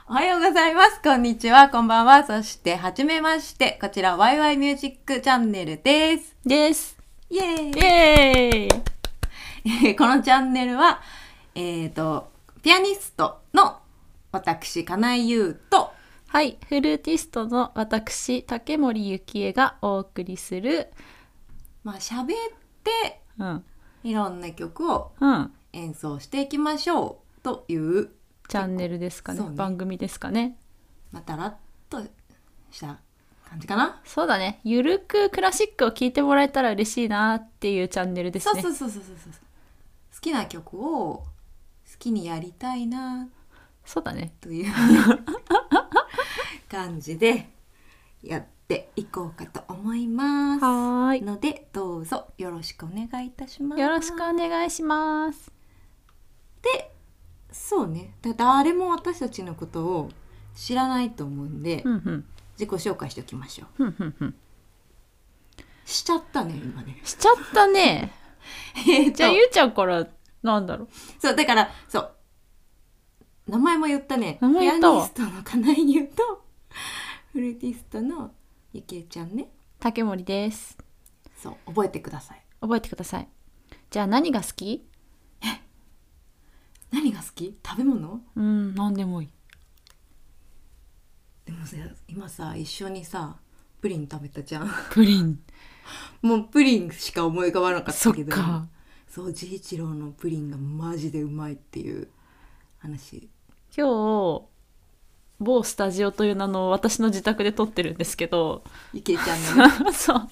おはようございます。こんにちは。こんばんは。そして、はじめまして。こちら、ワイワイミュージックチャンネルです。 です。 イエーイ。 イエーイ。 このチャンネルは、ピアニストの私、金井優と、 はい、フルーティストの私、竹森幸恵がお送りする、 喋って、いろんな曲を演奏していきましょうというチャンネルですかね。番組ですかね。 たらっとした感じかな。 そうだね。ゆるくクラシックを聴いてもらえたら嬉しいなっていうチャンネルですね。 そう。好きな曲を好きにやりたいな。 そうだね。 という感じでやっていこうかと思います。 はい。 のでどうぞよろしくお願いいたします。 よろしくお願いします。 で、そうね。誰も私たちのことを知らないと思うんで、自己紹介しておきましょう。しちゃったね今ね。 しちゃったね。じゃあゆうちゃんからなんだろう。 そうだからそう名前も言ったね。 名前言ったわ。 ピアニストの金井優とフルーティストのゆきえちゃんね。 竹森です。 そう覚えてください。 覚えてください。じゃあ何が好き？ 何が好き？食べ物？ 何でもいい。 でもさ今さ一緒にさプリン食べたじゃん。 プリン。 もうプリンしか思い浮かばなかったけど。 そっか。 そう治一郎のプリンがマジでうまいっていう話。 今日某スタジオという名の私の自宅で撮ってるんですけど、 ゆきえちゃんのね。 そう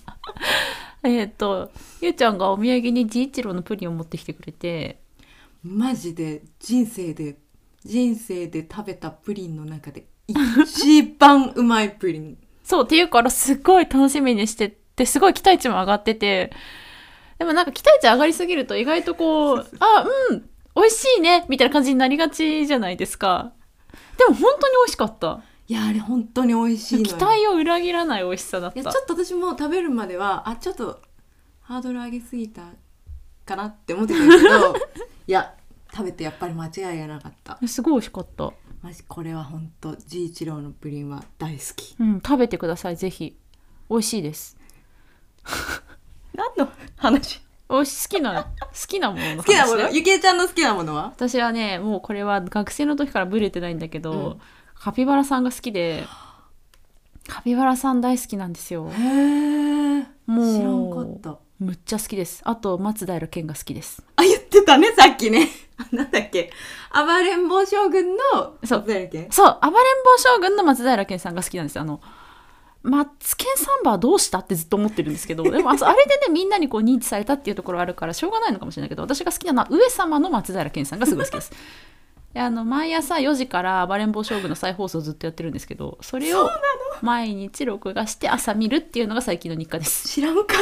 ゆうちゃんがお土産に治一郎のプリンを持ってきてくれて、 マジで人生で食べたプリンの中で一番うまいプリン。 そうっていうからすごい楽しみにしてて、すごい期待値も上がってて、でもなんか期待値上がりすぎると意外とこう美味しいねみたいな感じになりがちじゃないですか。でも本当に美味しかった。 いやあれ本当に美味しいのよ。 期待を裏切らない美味しさだった。 いやちょっと私も食べるまではちょっとハードル上げすぎたかなって思ってたけどいや食べてやっぱり間違いがなかった。 すごい美味しかった。 マジこれは本当治一郎のプリンは大好き。 食べてくださいぜひ。美味しいです。 何の話？ 好きなものの話。 好きなもの？ゆきえちゃんの好きなものは？ 私はねもうこれは学生の時からブレてないんだけど、カピバラさんが好きで、カピバラさん大好きなんですよ。 へー、 もう知らんかった。 むっちゃ好きです。あと松平健が好きです。 言ってたねさっきね。なんだっけ、暴れん坊将軍の松平健。 そう暴れん坊将軍の松平健さんが好きなんですよ。マツケンサンバはどうしたってずっと思ってるんですけど、でもあれでねみんなにこう認知されたっていうところあるからしょうがないのかもしれないけど、私が好きなのは上様の松平健さんがすごい好きです。毎朝4時から暴れん坊将軍の再放送をずっとやってるんですけど、それを毎日録画して朝見るっていうのが最近の日課です。 知らんかった。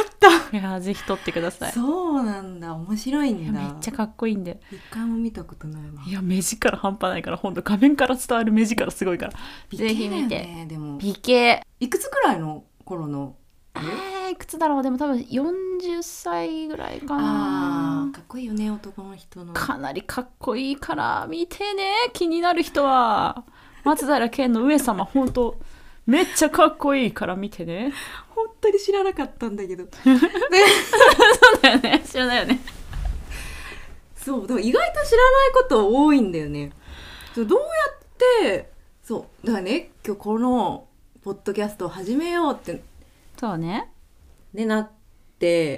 いやぜひ撮ってください。 そうなんだ、面白いんだ。 めっちゃかっこいいんで。 一回も見たことないわ。 いや目力半端ないから、ほんと画面から伝わる目力すごいから、ぜひ見て。 でも美形。 いくつくらいの頃の？ いくつだろう。でも多分40歳ぐらいかな。 かっこいいよね男の人の。 かなりかっこいいから見てね。気になる人は松平健の上様ほんとめっちゃかっこいいから見てね。 本当に知らなかったんだけどそうだよね、知らないよね。 そうでも意外と知らないこと多いんだよね。どうやってそうだからね、今日このポッドキャストを始めようってそうねなって、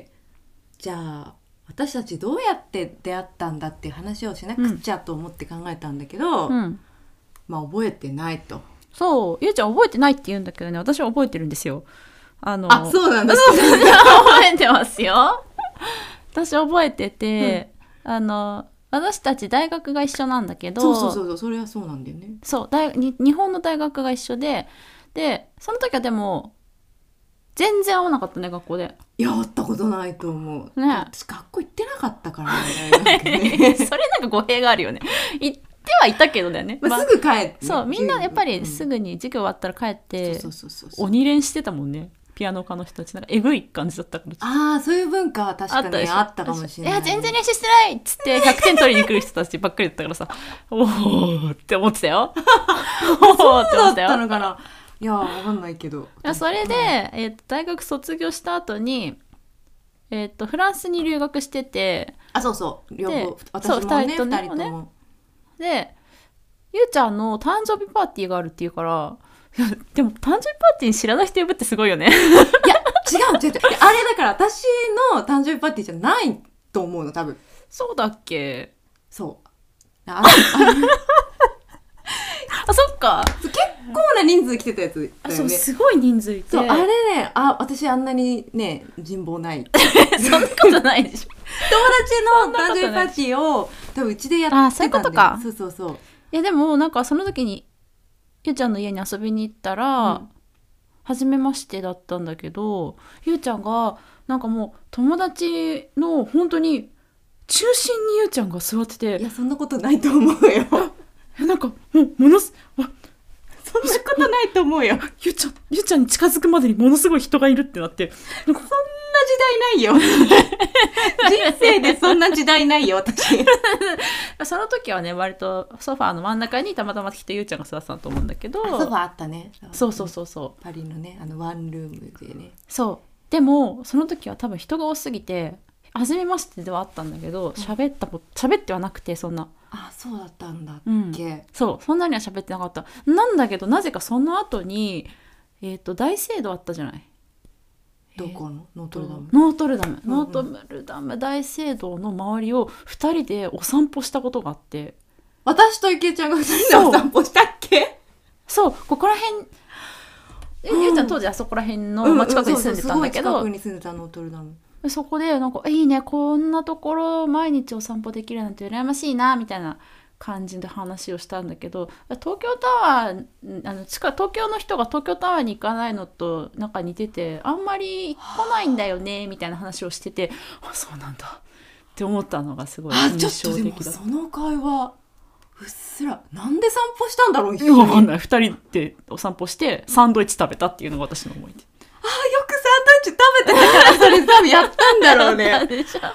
じゃあ私たちどうやって出会ったんだっていう話をしなくちゃと思って考えたんだけど、覚えてないと。 そうゆうちゃん覚えてないって言うんだけどね、私は覚えてるんですよ。 そうなんだ。 覚えてますよ。私覚えてて、私たち大学が一緒なんだけど、 そうそれはそうなんだよね。 そう日本の大学が一緒でその時はでも全然会わなかったね、学校で。 いや会ったことないと思う、 ね、 私学校行ってなかったからね。 それなんか語弊があるよね。行ってはいたけどだよね、 すぐ帰って、 そうみんなやっぱりすぐに授業終わったら帰って鬼練してたもんね。 ピアノ科の人たちなんかえぐい感じだったから。 ああ、そういう文化は確かにあったかもしれない。 いや全然練習してないっつって100点取りに来る人たちばっかりだったからさおおって思ってたよ。 そうだったのかな。いやわかんないけど。 いやそれで、大学卒業した後にフランスに留学してて、 あ、そうそう両方、私もね、2人ともでゆうちゃんの誕生日パーティーがあるっていうから、いやでも誕生日パーティーに知らない人呼ぶってすごいよね。いや違うあれだから私の誕生日パーティーじゃないと思うの多分。 そうだっけ。 そうあそっか、 結構な人数来てたやつだよね。 そうすごい人数いて、 そうあれね、私あんなにね人望ないそんなことないでしょ。 友達の誕生日パーティーを多分うちでやってたんで。 あ、そういうことか。 そういやでもなんかその時にゆうちゃんの家に遊びに行ったら、初めましてだったんだけど、ゆうちゃんがなんかもう友達の本当に中心にゆうちゃんが座ってて、 いやそんなことないと思うよ。 なんかもうものすそんなことないと思うよ。 ゆうちゃんに近づくまでにものすごい人がいるってなって、 なんかそんな時代ないよ。人生でそんな時代ないよ私。 その時はね割とソファーの真ん中にたまたま来てゆうちゃんが座ってたと思うんだけど、 ソファーあったね。 そうパリのねワンルームでね。 そうでもその時は多分人が多すぎて初めましてではあったんだけど、喋ってはなくて、そんな。 あ、そうだったんだっけ、 そうそんなには喋ってなかった。なんだけどなぜかその後に大聖堂あったじゃない。 どこのノートルダム。 ノートルダム大聖堂の周りを2人でお散歩したことがあって。 私と池ちゃんが2人でお散歩したっけ。 そうここら辺、ゆうちゃん当時あそこら辺の近くに住んでたんだけど、 すごい近くに住んでたノートルダム。 そこでなんかいいねこんなところ毎日お散歩できるなんて羨ましいなみたいな感じで話をしたんだけど、東京タワー東京の人が東京タワーに行かないのとなんか似ててあんまり来ないんだよねみたいな話をしてて、あそうなんだって思ったのがすごい印象的だ。 ちょっとでもその会話うっすらなんで散歩したんだろう。 分かんない。2人でお散歩してサンドイッチ食べたっていうのが私の思い出。 よくサンドイッチ食べてたからそれ多分やったんだろうね。なんで私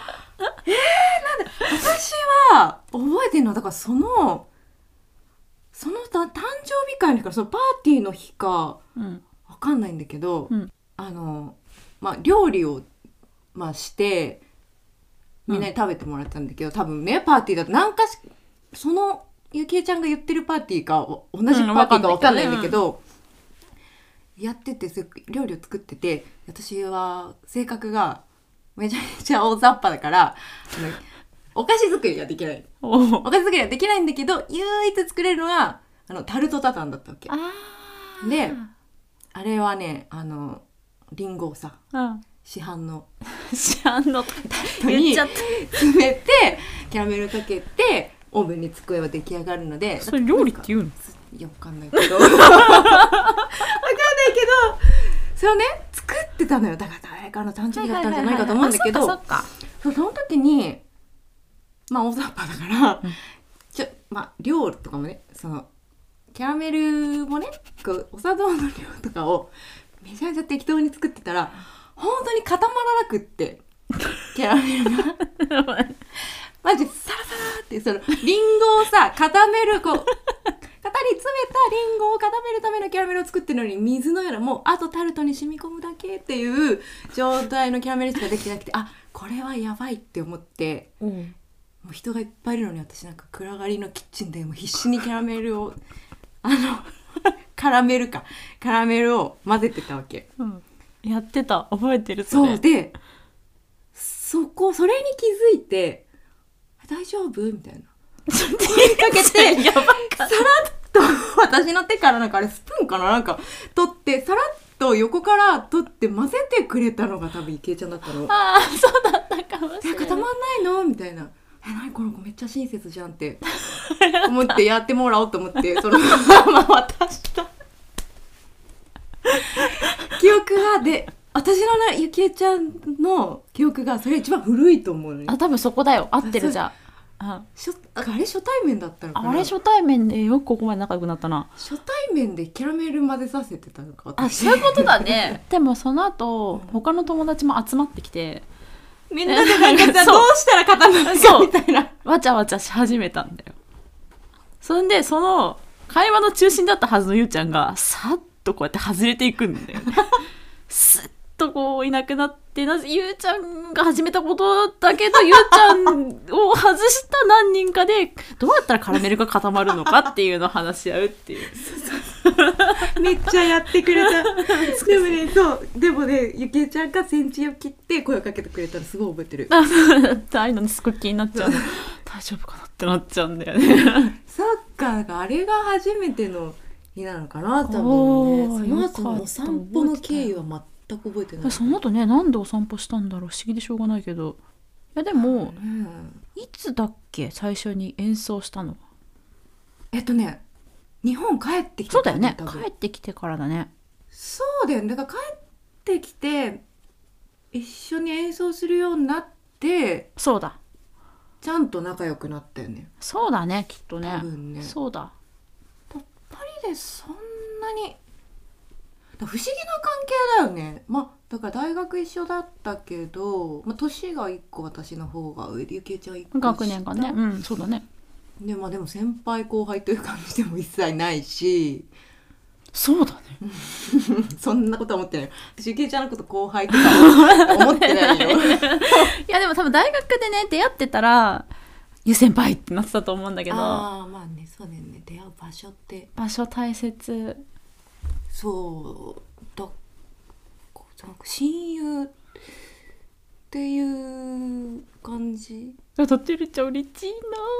は覚えてるのだからその誕生日会の日かそのパーティーの日か分かんないんだけど、料理を、してみんなに食べてもらったんだけど、多分ねパーティーだと何かそのゆきえちゃんが言ってるパーティーか同じパーティーか分かんないんだけど、やってて料理を作ってて、私は性格がめちゃめちゃ大雑把だからお菓子作りができない。お菓子作りができないんだけど唯一作れるのがタルトタタンだったわけで、あれはねリンゴをさ、市販の言っちゃった詰めてキャラメルかけてオーブンに作れば出来上がるので。 それ料理って言うの？ いや分かんないけど分かんないけどそれをね作ってたのよ。だから誰かの誕生日だったんじゃないかと思うんだけど、その時に大雑把だから量とかもね、そのキャラメルもねお砂糖の量とかをめちゃめちゃ適当に作ってたら本当に固まらなくってキャラメルがマジサラサラってそのリンゴをさ固める型に詰めたリンゴを固めるためのキャラメルを作ってるのに水のようなもうあとタルトに染み込むだけっていう状態のキャラメルしかできてなくて、あこれはやばいって思って、もう人がいっぱいいるのに私なんか暗がりのキッチンでもう必死にキャラメルをカラメルを混ぜてたわけ、 やってた覚えてる。 そうでそれに気づいて大丈夫みたいな声かけてさらっと私の手からなんかあれスプーンかななんか取ってさらっと横から取って混ぜてくれたのが多分池江ちゃんだったの。 ああそうだったかもしれない。 固まんないのみたいな。何この子めっちゃ親切じゃんって思ってやってもらおうと思ってそのまま渡した記憶がで、私のゆきえちゃんの記憶がそれ一番古いと思うのに。 多分そこだよ。合ってる。じゃああれ初対面だったのかな。 あれ初対面でよくここまで仲良くなったな。 初対面でキャラメル混ぜさせてたのか。 あ、そういうことだね。でもその後、他の友達も集まってきて、 みんなでなんかさどうしたら固まるかみたいなわちゃわちゃし始めたんだよ。そんでその会話の中心だったはずのゆうちゃんがさっとこうやって外れていくんだよね。スッとこういなくなって、なぜゆうちゃんが始めたことだけどゆうちゃんを外した何人かでどうやったらカラメルが固まるのかっていうのを話し合うっていう。 めっちゃやってくれた。でもね、そうでもね、ゆきえちゃんがセンチを切って声をかけてくれたらすごい覚えてる。 ああいうのにすごい気になっちゃうの。大丈夫かなってなっちゃうんだよね。 そっか、あれが初めての日なのかな多分ね。その後のお散歩の経緯は全く覚えてない。 その後ね、なんでお散歩したんだろう、不思議でしょうがないけど。いやでも、いつだっけ最初に演奏したの。 日本帰ってきて。 そうだよね、帰ってきてからだね。 そうだよね。だから帰ってきて一緒に演奏するようになって、 そうだ、 ちゃんと仲良くなったよね。 そうだね、きっとね。 多分ね。 そうだ。 やっぱりでそんなに不思議な関係だよね。だから大学一緒だったけど、年が1個私の方が上で、ゆきえちゃん1個下。 学年がね、うん、そうだね。 でも先輩後輩という感じでも一切ないし。 そうだね。 そんなことは思ってない。私ゆきえちゃんのこと後輩とか思ってないよ。 いやでも多分大学でね出会ってたらゆ先輩ってなってたと思うんだけど。 ああ、まあね、そうだよね。出会う場所って。 場所大切。 そうだ。なんか親友っていう感じ。 だってるちゃん嬉しいな。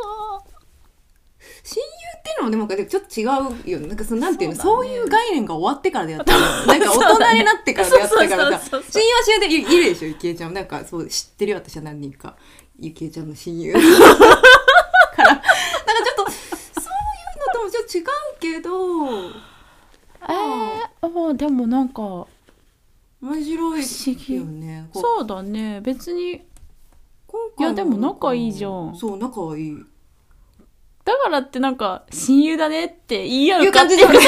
親友っていうのもでもちょっと違うよね。なんかなんていうの、そういう概念が終わってから出会ったの。なんか大人になってから出会ったからさ、親友は親友でいるでしょ、ゆきえちゃん。なんかそう知ってるよ、私は何人かゆきえちゃんの親友から。なんかちょっとそういうのともちょっと違うけど、 でもなんか面白いよね。 そうだね、別に。いやでも仲いいじゃん。 そう、仲はいい。 だからってなんか親友だねって言い合うかっていう感じ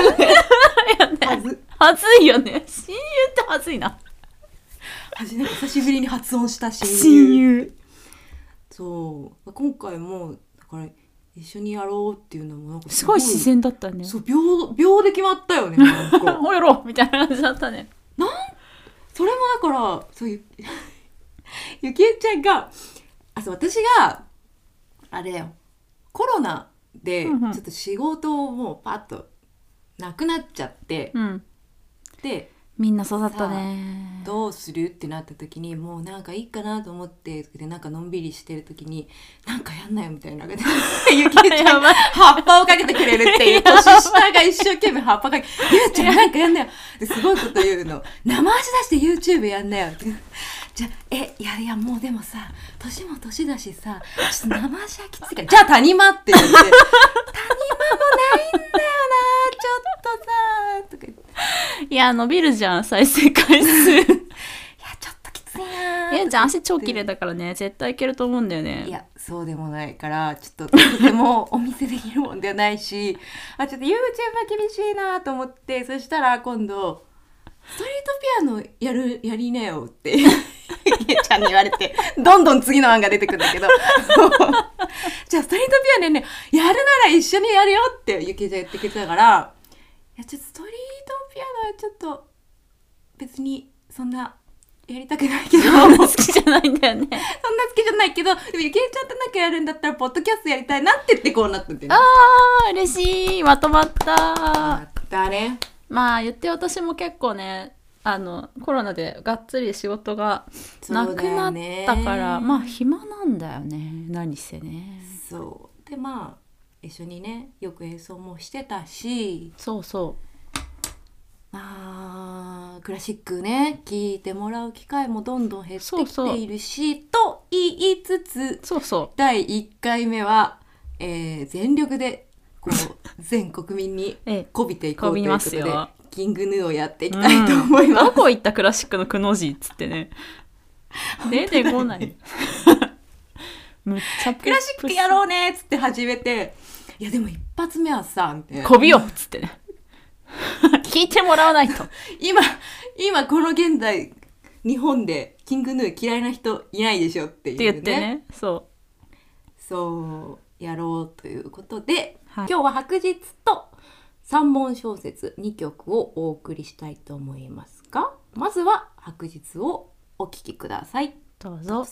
はずいよね。親友ってはずいな。 久しぶりに発音した親友。 そう今回もだから一緒にやろうっていうのもなんかすごい自然だったね。 そう、秒で決まったよね。なんかおやろみたいな感じだったね。 それもだからそういうゆきえちゃんが私があれだよ、コロナでちょっと仕事をもうパッとなくなっちゃって、でみんなそうだったね。 どうするってなった時に、もうなんかいいかなと思ってでなんかのんびりしてる時になんかやんなよみたいなゆきえちゃん葉っぱをかけてくれるっていう、年下が一生懸命葉っぱかけゆうちゃんなんかやんなよすごいこと言うの。生足出して YouTube やんなよって。じゃあいやもうでもさ年も年だしさ、ちょっと生足はきついからじゃあ谷間って言って谷間もないんだよなちょっとさとか言って、 いや伸びるじゃん再生回数。いやちょっときついな。 じゃあ足超綺麗だからね、絶対いけると思うんだよね。 いやそうでもないからちょっととてもお見せできるもんではないしちょっと YouTube は厳しいなと思って、そしたら今度ストリートピアノやりなよってゆきえちゃんに言われて、どんどん次の案が出てくるんだけどじゃあストリートピアノねやるなら一緒にやるよってゆきえちゃん言ってくれたから、いやちょっとストリートピアノはちょっと別にそんなやりたくないけど好きじゃないんだよね。 そんな好きじゃないけど、でもゆきえちゃんとなんかやるんだったらポッドキャストやりたいなって言ってこうなったんだよね。 嬉しい、まとまった。 やったね。 まあ言って私も結構ねコロナでがっつり仕事がなくなったから、まあ暇なんだよね、何せね。 そうで一緒にねよく演奏もしてたし、 そうクラシックね聴いてもらう機会もどんどん減ってきているしと言いつつ、第1回目は、全力でこう全国民にこびていこうということでキングヌーをやっていきたいと思います。 どこ行ったクラシックのくの字っつってね出てこないむっちゃクラシックやろうねっつって始めて、いやでも一発目はさみたいな、 こびよっつってね聞いてもらわないと今この現在日本でキングヌー嫌いな人いないでしょっていうね、 って言ってね、 そうやろうということで、 はい、 今日は白日と3本小説2曲をお送りしたいと思いますが、まずは白日をお聴きください。 どうぞ。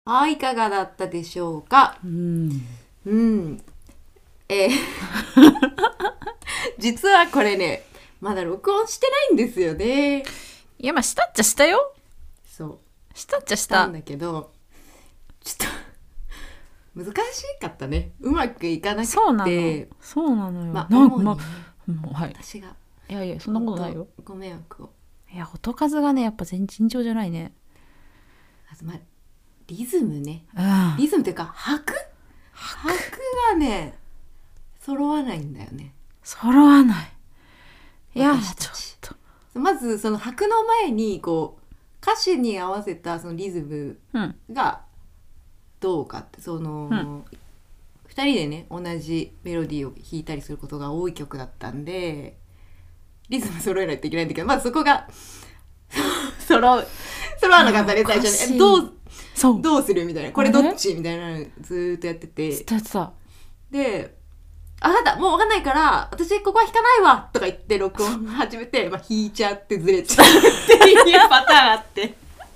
はい、いかがだったでしょうか。実はこれね、まだ録音してないんですよね。 いや、まあしたっちゃしたよ。 そうしたっちゃししたんだけど、ちょっと難しかったね。うまくいかなくて。 そうなのよ。 まあ、主にね、 はい、 私がいやそんなことないよ。 ご迷惑を。 いや、音数がねやっぱ尋常じゃないね。 リズムね、リズムっていうか拍がね揃わないんだよね。 揃わない。いやちょっとまずその拍の前にこう歌詞に合わせたそのリズムがどうかって、その、2人でね同じメロディーを弾いたりすることが多い曲だったんで、リズム揃えないといけないんだけど、まずそこが揃わなかったね最初に。どうするみたいな、これどっちみたいなのずーっとやってて、で、あなたもう分かんないから私ここは弾かないわとか言って録音始めて、まあ、弾いちゃってずれちゃうっていうパターンあって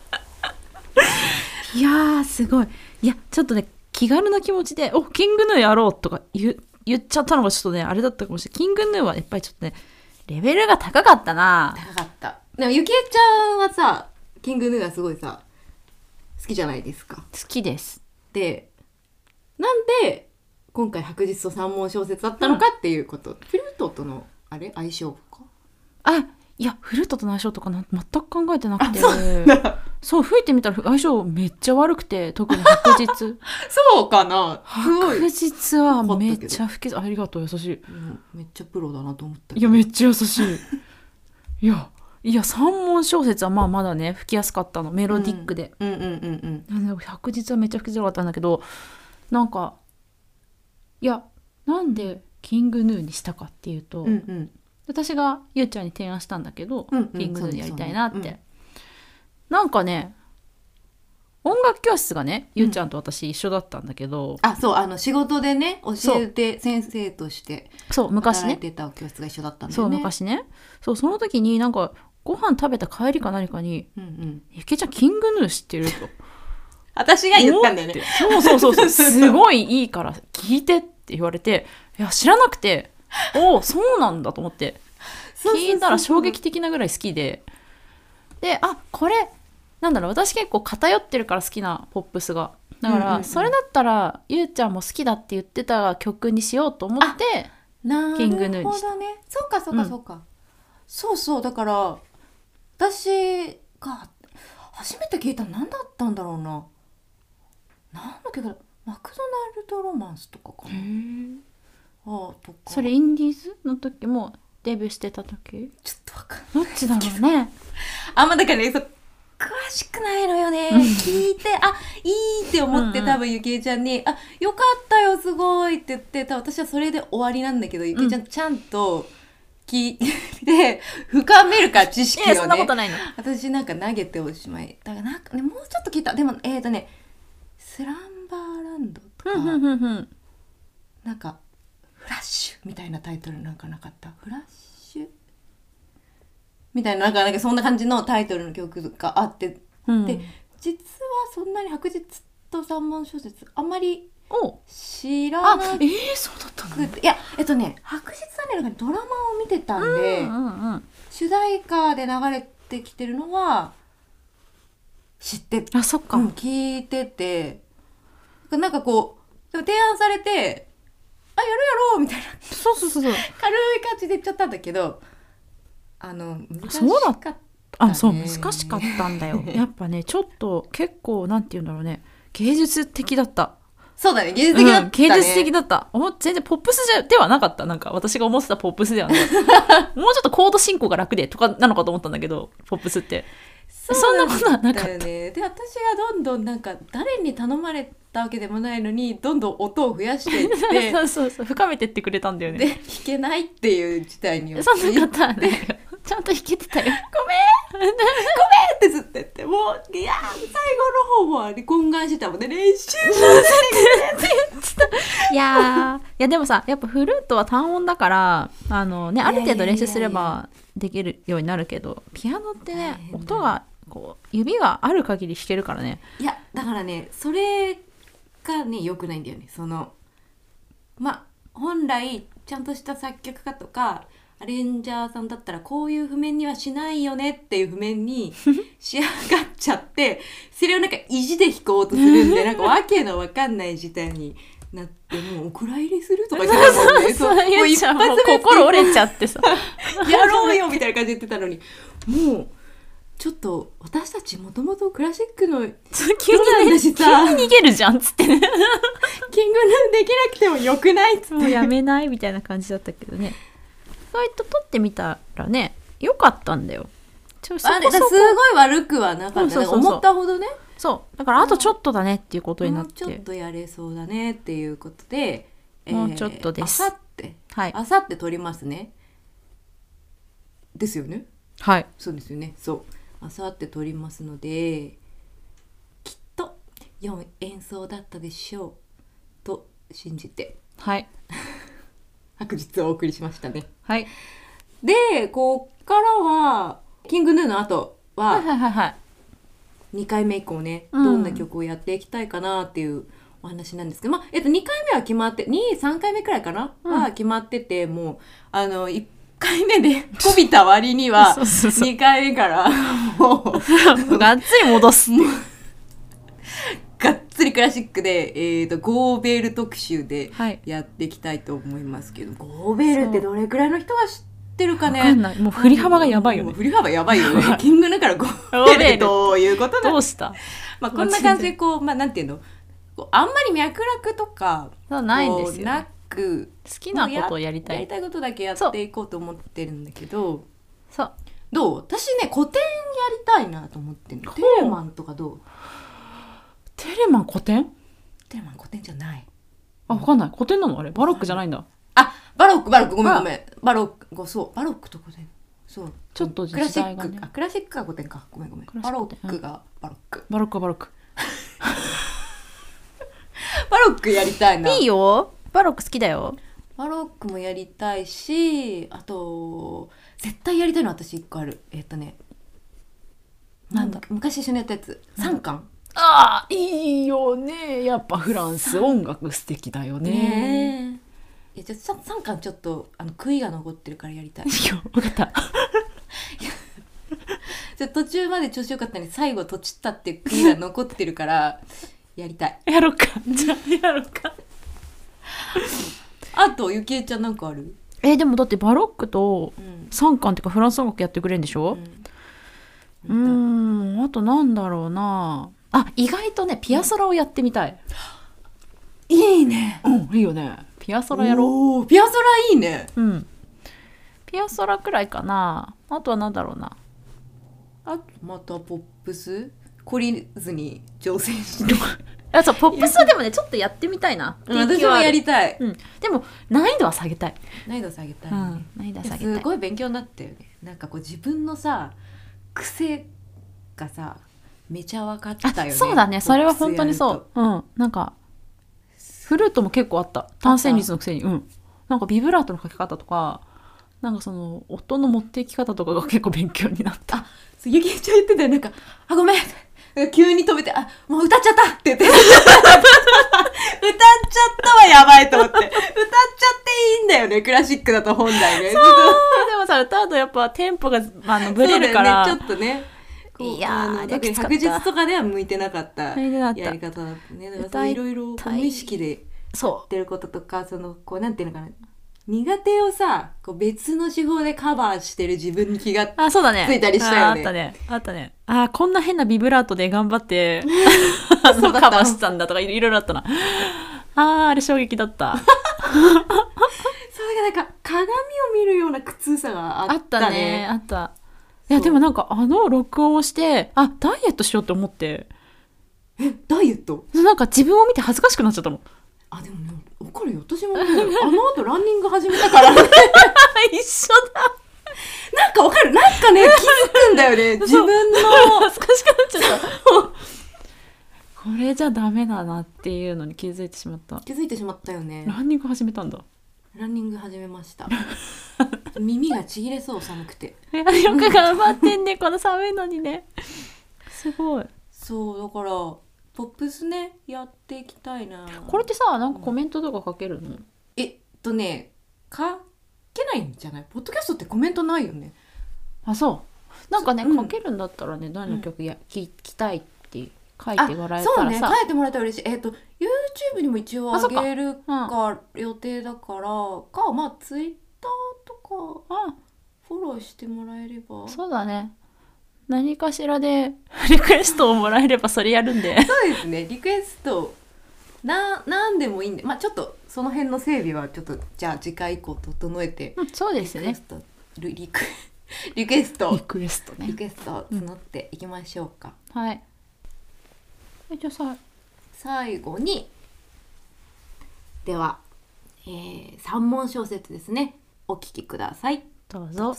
いやーすごい。いやちょっとね気軽な気持ちでキングヌーやろうとか言っちゃったのがちょっとねあれだったかもしれない。キングヌーはやっぱりちょっとねレベルが高かったな。 高かった。でもゆきえちゃんはさキングヌーがすごいさ好きじゃないですか。 好きです。 でなんで今回白日と三文小説だったのかっていうこと、フルートとの相性か。 いやフルートとの相性とか全く考えてなくて、そう吹いてみたら相性めっちゃ悪くて、特に白日そうかな。 白日はめっちゃ吹き、ありがとう優しい、 めっちゃプロだなと思った。 いやめっちゃ優しいいや三文小説はまだね吹きやすかったの、メロディックで。白日はめっちゃ吹きづらかったんだけど、なんかいやなんでキングヌーにしたかっていうと、私がゆうちゃんに提案したんだけど、キングヌーやりたいなって、なんかね音楽教室がねゆうちゃんと私一緒だったんだけど、 そう仕事でね教えて先生として昔ね働いてた教室が一緒だったんだよね。 そう昔ね、その時になんかご飯食べた帰りか何かに、ゆきちゃんキングヌー知ってると私が言ったんだよね。 そうすごいいいから聞いてって言われて、いや知らなくて、そうなんだと思って聞いたら衝撃的なぐらい好きで、これなんだろう、私結構偏ってるから好きなポップスが、だからそれだったらゆうちゃんも好きだって言ってた曲にしようと思ってキングヌーにした。 なるほどね。そうか、そうだから私が初めて聞いたの何だったんだろうな。なんだっけどマクドナルドロマンスとかかな。とかそれインディーズの時もデビューしてた時、 ちょっとわかんない。 どっちだろうね。 だからね詳しくないのよね。聞いていいって思って多分ゆきえちゃんによかったよすごいって言って、私はそれで終わりなんだけど、ゆきえちゃんちゃんと聞いて深めるから知識をね。 そんなことないの。 私なんか投げておしまいだから、なんかねもうちょっと聞いた。でもスランバーランドとかなんかフラッシュみたいなタイトルなんかなかった？フラッシュみたいな、なんかそんな感じのタイトルの曲があって、で実はそんなに白日と三文小説あんまり知らなくて、 そうだったの？いや白日はねなんかドラマを見てたんで、主題歌で流れてきてるのは知ってて、 そっか、 聞いてて、なんかこう提案されてやるみたいなそう軽い感じで言っちゃったんだけど、難しかったね。 そう難しかったんだよやっぱねちょっと結構なんていうんだろうね、芸術的だった。 そうだね、芸術的だったね。 芸術的だった。全然ポップスではなかった。なんか私が思ってたポップスではないもうちょっとコード進行が楽でとかなのかと思ったんだけど、ポップスってそんなことはなかったよね。 で私がどんどんなんか誰に頼まれたわけでもないのにどんどん音を増やしていってそう深めてってくれたんだよね。 で弾けないっていう事態にそんなことはないよちゃんと弾けてたよ。 ごめんってずっと言って、もう最後の方は懇願してたもんね、練習いやでもさやっぱフルートは単音だからある程度練習すればできるようになるけど、ピアノってね音がこう指がある限り弾けるからね。 いやだからねそれがね良くないんだよね。本来ちゃんとした作曲家とかアレンジャーさんだったらこういう譜面にはしないよねっていう譜面に仕上がっちゃってそれをなんか意地で弾こうとするんでなんかわけのわかんない事態になってもうお蔵入りするとかじゃないもんね。 そうもう一発目心折れちゃってさやろうよみたいな感じで言ってたのにもうちょっと私たちもともとクラシックの急に逃げるじゃんっつってねキングヌーできなくてもよくないっつってもうやめないみたいな感じだったけどね。意外と撮ってみたらねよかったんだよ。 すごい悪くはなかった、ね、思ったほどね。 そうだからあとちょっとだねっていうことになって、 もうちょっとやれそうだねっていうことで、 もうちょっとです。 あさって撮りますね。ですよね。 はい。 そうですよね。そうあさって撮りますのできっと良い演奏だったでしょうと信じてはい白日をお送りしましたね。 はい。 でこっからはキングヌーの後は2回目以降ね、どんな曲をやっていきたいかなっていうお話なんですけど、2回目は決まって3回目くらいかな、は決まっててもう1回目でこびた割には2回目からもうがっつり戻すがっつりクラシックで、ゴーベル特集でやっていきたいと思いますけど、ゴーベルってどれくらいの人が知ってるかね。 分かんない。もう振り幅がやばいよね。 振り幅やばいよね。キングだからゴーベルということだ。 どうしたこんな感じでなんていうのあんまり脈絡とかないんですよ、 なく好きなことをやりたい。 やりたいことだけやっていこうと思ってるんだけど、 そうどう？私ね古典やりたいなと思ってるの。テレマンとかどう？ テレマン古典？ テレマン古典じゃない。 分かんない。古典なのあれ？バロックじゃないんだ。 バロックごめんバロックと古典そうちょっと時代がねクラシックが古典かごめんバロックがバロックバロックバロックやりたいな。 いいよバロック好きだよ。 バロックもやりたいしあと絶対やりたいの私1個ある。なんだ昔一緒にやったやつ3巻。 ああいいよね。やっぱフランス音楽素敵だよね。 じゃあ3巻ちょっと悔いが残ってるからやりたい。 いや分かったじゃ途中まで調子よかったのに最後とちったっていう悔いが残ってるからやりたい。 やろうかじゃあやろうかあとゆきえちゃんなんかある？ でもだってバロックと3巻っていうかフランス音楽やってくれるんでしょ。あとなんだろうな意外とねピアソラをやってみたい。 いいね。 いいよね。ピアソラやろう。 ピアソラいいね。 ピアソラくらいかな。あとはなんだろうな。 あとまたポップス懲りずに挑戦してそうポップスはでもねちょっとやってみたいな。 私もやりたい。 でも難易度は下げたい。 難易度下げたい、 難易度下げたい。 すごい勉強になったよね。なんかこう自分のさ癖がさめちゃ分かったよね。 そうだね。それは本当にそう。なんかフルートも結構あった。単旋律のくせに。なんかビブラートのかけ方とかなんかその音の持っていき方とかが結構勉強になった。 ゆきえちゃん言ってたよ。なんかごめん急に止めてもう歌っちゃったって言って歌っちゃったはやばいと思って歌っちゃっていいんだよねクラシックだと本来ね。 そうでもさ歌うとやっぱテンポがブレるから、 ね、ちょっとねいや特に白日とかでは向いてなかったやり方だったね。だからいろいろ無意識でやってることとかこうなんていうのかな苦手をさこう別の手法でカバーしてる自分に気がついたりしたよね。 あったね。こんな変なビブラートで頑張ってカバーしてたんだとかいろいろあったな。あれ衝撃だった。 それがなんか鏡を見るような苦痛さがあったね。 あった。いやでもなんか録音をしてダイエットしようって思って。 ダイエット？ なんか自分を見て恥ずかしくなっちゃったの。 でもね分かるよ。私も後ランニング始めたから一緒だ。 なんか分かる。なんかね気づくんだよね自分の恥ずかしくなっちゃったこれじゃダメだなっていうのに気づいてしまった。 気づいてしまったよね。 ランニング始めたんだ。 ランニング始めました耳がちぎれそう寒くて。 よく頑張ってんねこの寒いのにね。すごい。 そうだからポップスねやっていきたいな。 これってさ、なんかコメントとか書けるの？ ね書けないんじゃない？ポッドキャストってコメントないよね。 あ、そうなんかね、書けるんだったらね、誰の曲聴きたいって書いてもらえたらさ、 そうね、書いてもらえたら嬉しい。YouTube にも一応上げるか予定だから、まあ Twitter とかフォローしてもらえれば。 そうだね、何かしらでリクエストをもらえればそれやるんでそうですね、リクエストなんでもいいんで、まあちょっとその辺の整備はちょっとじゃあ次回以降整えて、 そうですね、 リクエストね、 リクエストを募っていきましょうか。 はい。じゃあさ、 最後にでは、3問小説ですね、お聞きください。 どうぞ。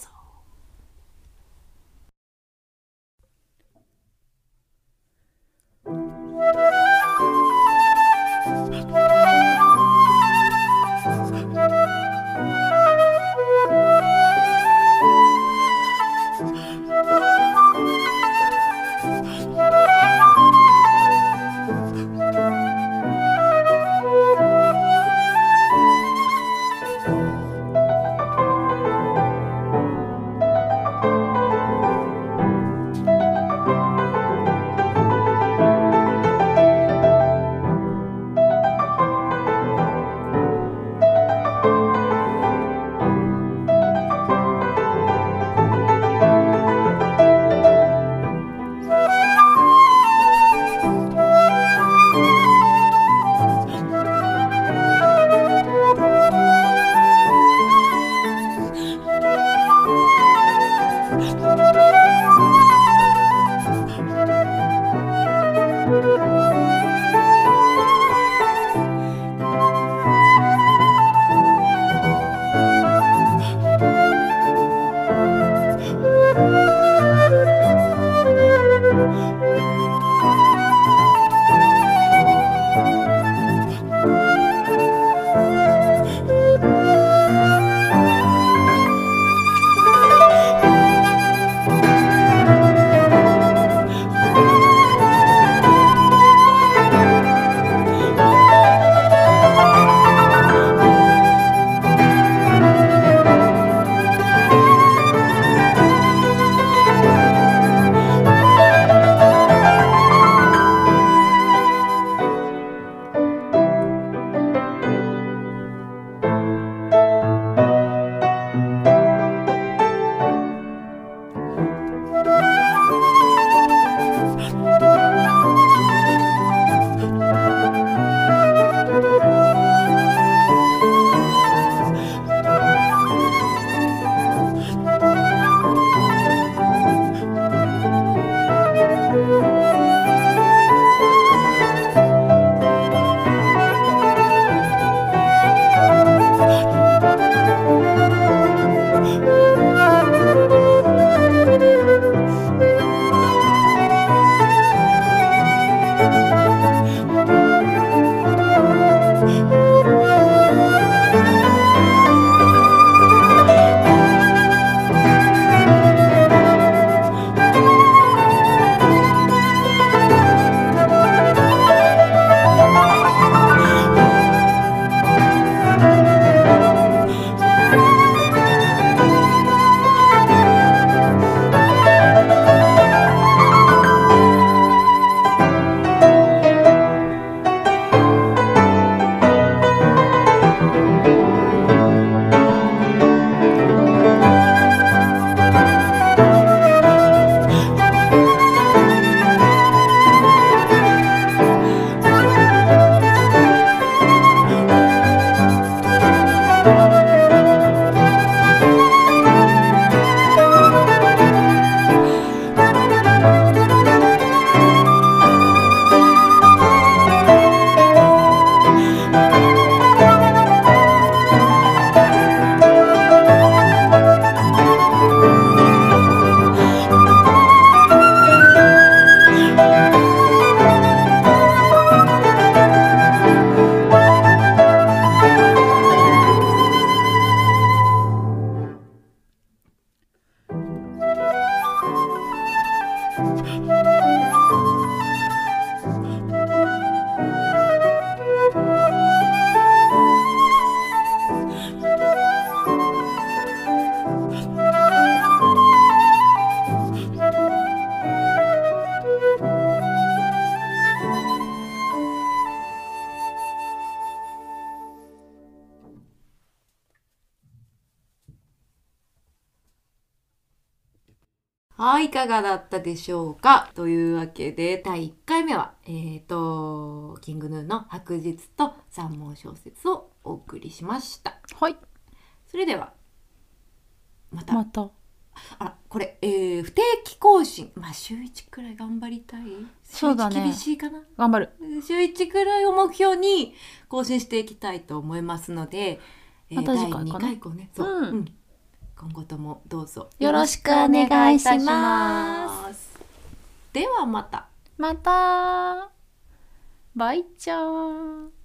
はい、いかがだったでしょうか。というわけで第1回目はキングヌーの白日と三文小説をお送りしました。 はい。 それではまた。これ、不定期更新、週1くらい頑張りたい。 そうだね。 厳しいかな。 頑張る。 週1くらいを目標に更新していきたいと思いますので、 また次回かな。 第2回ね。そう。今後ともどうぞよろしくお願いします。 ではまた。 また。バイチャー。